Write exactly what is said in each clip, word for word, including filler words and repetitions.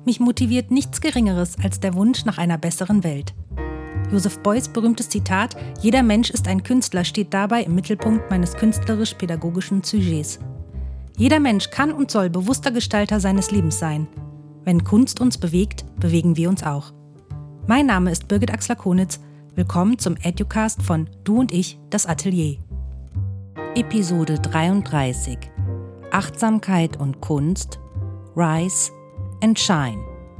Mich motiviert nichts Geringeres als der Wunsch nach einer besseren Welt. Joseph Beuys berühmtes Zitat: Jeder Mensch ist ein Künstler, steht dabei im Mittelpunkt meines künstlerisch-pädagogischen Sujets. Jeder Mensch kann und soll bewusster Gestalter seines Lebens sein. Wenn Kunst uns bewegt, bewegen wir uns auch. Mein Name ist Birgit Axler-Konitz. Willkommen zum Educast von Du und ich, das Atelier. Episode dreiunddreißig. Achtsamkeit und Kunst. Rise and Shine.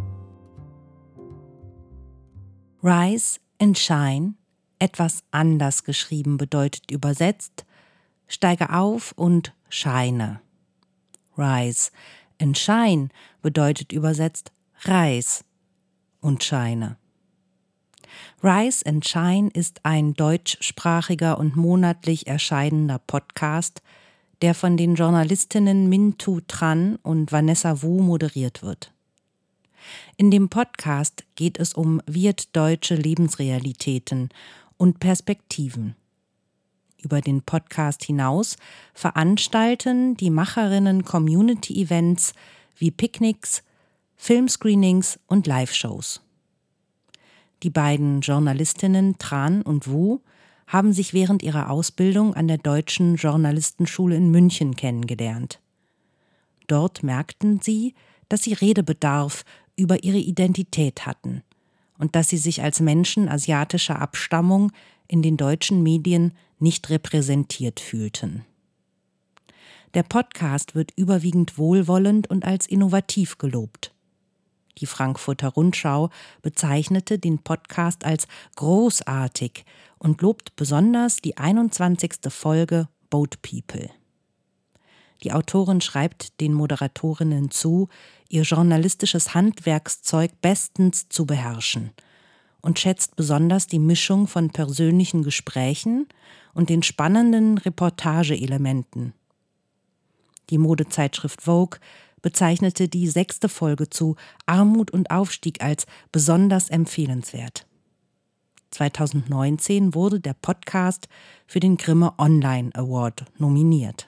Rise and Shine, etwas anders geschrieben, bedeutet übersetzt: steige auf und scheine. Rise and Shine bedeutet übersetzt: reis und scheine. Rise and Shine ist ein deutschsprachiger und monatlich erscheinender Podcast, der von den Journalistinnen Minh Thu Tran und Vanessa Wu moderiert wird. In dem Podcast geht es um wirtdeutsche Lebensrealitäten und Perspektiven. Über den Podcast hinaus veranstalten die Macherinnen Community-Events wie Picknicks, Filmscreenings und Live-Shows. Die beiden Journalistinnen Tran und Wu haben sich während ihrer Ausbildung an der Deutschen Journalistenschule in München kennengelernt. Dort merkten sie, dass sie Redebedarf über ihre Identität hatten und dass sie sich als Menschen asiatischer Abstammung in den deutschen Medien nicht repräsentiert fühlten. Der Podcast wird überwiegend wohlwollend und als innovativ gelobt. Die Frankfurter Rundschau bezeichnete den Podcast als großartig und lobt besonders die einundzwanzigste Folge Boat People. Die Autorin schreibt den Moderatorinnen zu, ihr journalistisches Handwerkszeug bestens zu beherrschen und schätzt besonders die Mischung von persönlichen Gesprächen und den spannenden Reportageelementen. Die Modezeitschrift Vogue bezeichnete die sechste Folge zu Armut und Aufstieg als besonders empfehlenswert. zweitausendneunzehn wurde der Podcast für den Grimme Online Award nominiert.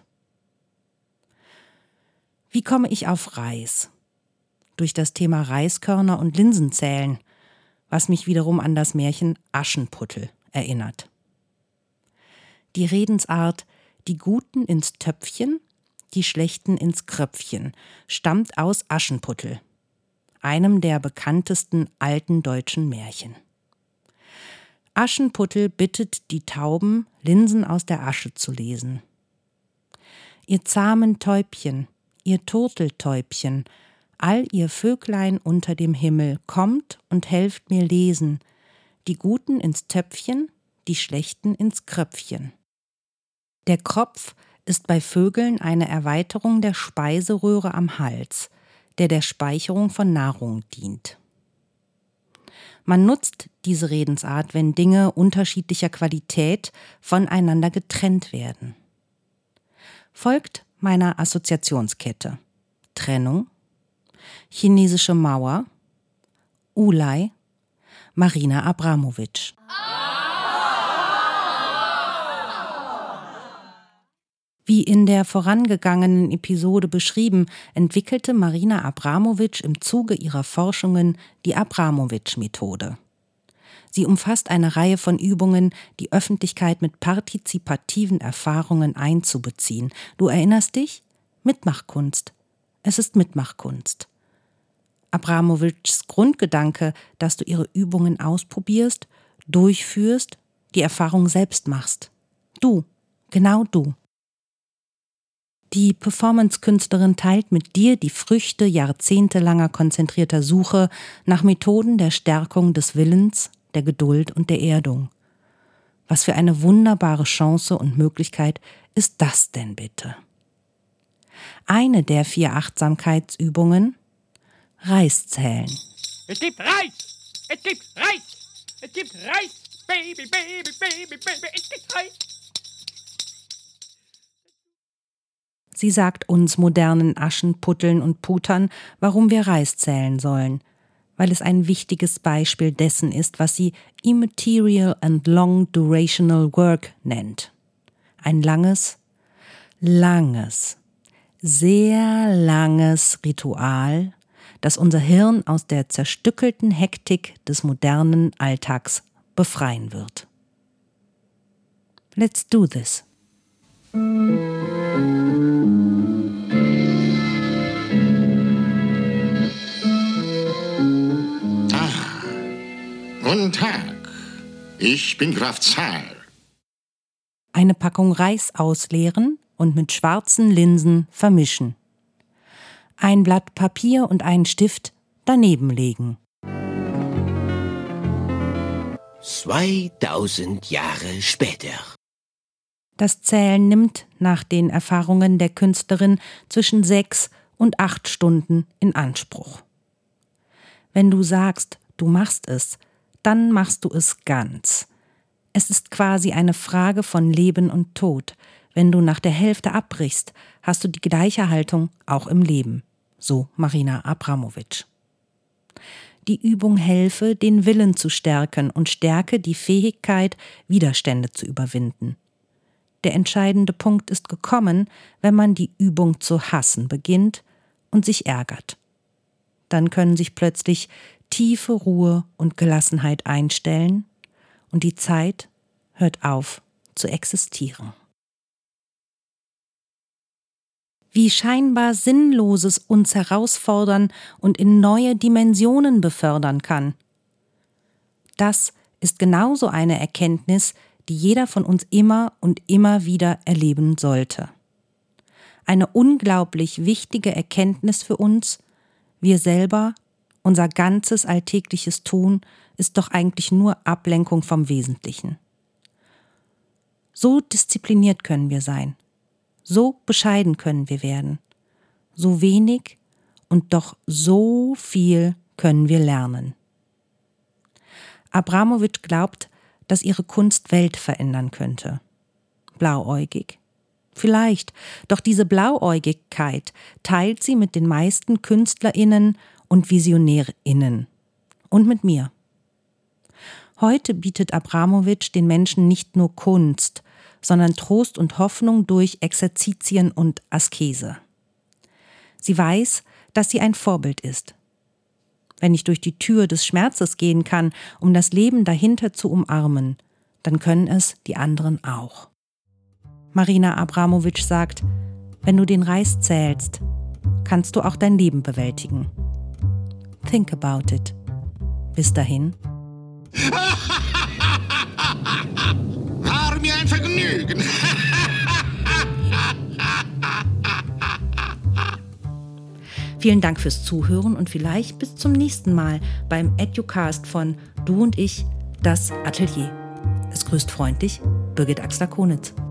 Wie komme ich auf Reis? Durch das Thema Reiskörner und Linsenzählen, was mich wiederum an das Märchen Aschenputtel erinnert. Die Redensart „die Guten ins Töpfchen, die Schlechten ins Kröpfchen“ stammt aus Aschenputtel, einem der bekanntesten alten deutschen Märchen. Aschenputtel bittet die Tauben, Linsen aus der Asche zu lesen. Ihr zahmen Täubchen, ihr Turteltäubchen, all ihr Vöglein unter dem Himmel, kommt und helft mir lesen, die Guten ins Töpfchen, die Schlechten ins Kröpfchen. Der Kropf ist bei Vögeln eine Erweiterung der Speiseröhre am Hals, der der Speicherung von Nahrung dient. Man nutzt diese Redensart, wenn Dinge unterschiedlicher Qualität voneinander getrennt werden. Folgt meiner Assoziationskette: Trennung, chinesische Mauer, Ulay, Marina Abramović. Wie in der vorangegangenen Episode beschrieben, entwickelte Marina Abramović im Zuge ihrer Forschungen die Abramović-Methode. Sie umfasst eine Reihe von Übungen, die Öffentlichkeit mit partizipativen Erfahrungen einzubeziehen. Du erinnerst dich? Mitmachkunst. Es ist Mitmachkunst. Abramovićs Grundgedanke, dass du ihre Übungen ausprobierst, durchführst, die Erfahrung selbst machst. Du, genau du. Die Performance-Künstlerin teilt mit dir die Früchte jahrzehntelanger konzentrierter Suche nach Methoden der Stärkung des Willens, der Geduld und der Erdung. Was für eine wunderbare Chance und Möglichkeit ist das denn bitte? Eine der vier Achtsamkeitsübungen: Reiszählen. Es gibt Reis! Es gibt Reis! Es gibt Reis! Baby, Baby, Baby, Baby, es gibt Reis! Sie sagt uns modernen Aschenputteln und Putern, warum wir Reis zählen sollen, weil es ein wichtiges Beispiel dessen ist, was sie Immaterial and Long Durational Work nennt. Ein langes, langes, sehr langes Ritual, das unser Hirn aus der zerstückelten Hektik des modernen Alltags befreien wird. Let's do this. Ah, guten Tag. Ich bin Graf Zahl. Eine Packung Reis ausleeren und mit schwarzen Linsen vermischen. Ein Blatt Papier und einen Stift daneben legen. zweitausend Jahre später. Das Zählen nimmt nach den Erfahrungen der Künstlerin zwischen sechs und acht Stunden in Anspruch. Wenn du sagst, du machst es, dann machst du es ganz. Es ist quasi eine Frage von Leben und Tod. Wenn du nach der Hälfte abbrichst, hast du die gleiche Haltung auch im Leben. So Marina Abramović. Die Übung helfe, den Willen zu stärken und stärke die Fähigkeit, Widerstände zu überwinden. Der entscheidende Punkt ist gekommen, wenn man die Übung zu hassen beginnt und sich ärgert. Dann können sich plötzlich tiefe Ruhe und Gelassenheit einstellen und die Zeit hört auf zu existieren. Wie scheinbar Sinnloses uns herausfordern und in neue Dimensionen befördern kann. Das ist genauso eine Erkenntnis, die jeder von uns immer und immer wieder erleben sollte. Eine unglaublich wichtige Erkenntnis für uns, wir selber, unser ganzes alltägliches Tun ist doch eigentlich nur Ablenkung vom Wesentlichen. So diszipliniert können wir sein. So bescheiden können wir werden. So wenig und doch so viel können wir lernen. Abramović glaubt, dass ihre Kunst Welt verändern könnte. Blauäugig? Vielleicht, doch diese Blauäugigkeit teilt sie mit den meisten KünstlerInnen und VisionärInnen. Und mit mir. Heute bietet Abramović den Menschen nicht nur Kunst, sondern Trost und Hoffnung durch Exerzitien und Askese. Sie weiß, dass sie ein Vorbild ist. Wenn ich durch die Tür des Schmerzes gehen kann, um das Leben dahinter zu umarmen, dann können es die anderen auch. Marina Abramović sagt, wenn du den Reis zählst, kannst du auch dein Leben bewältigen. Think about it. Bis dahin. War mir ein Vergnügen. Vielen Dank fürs Zuhören und vielleicht bis zum nächsten Mal beim Educast von Du und ich, das Atelier. Es grüßt freundlich Birgit Axler-Konitz.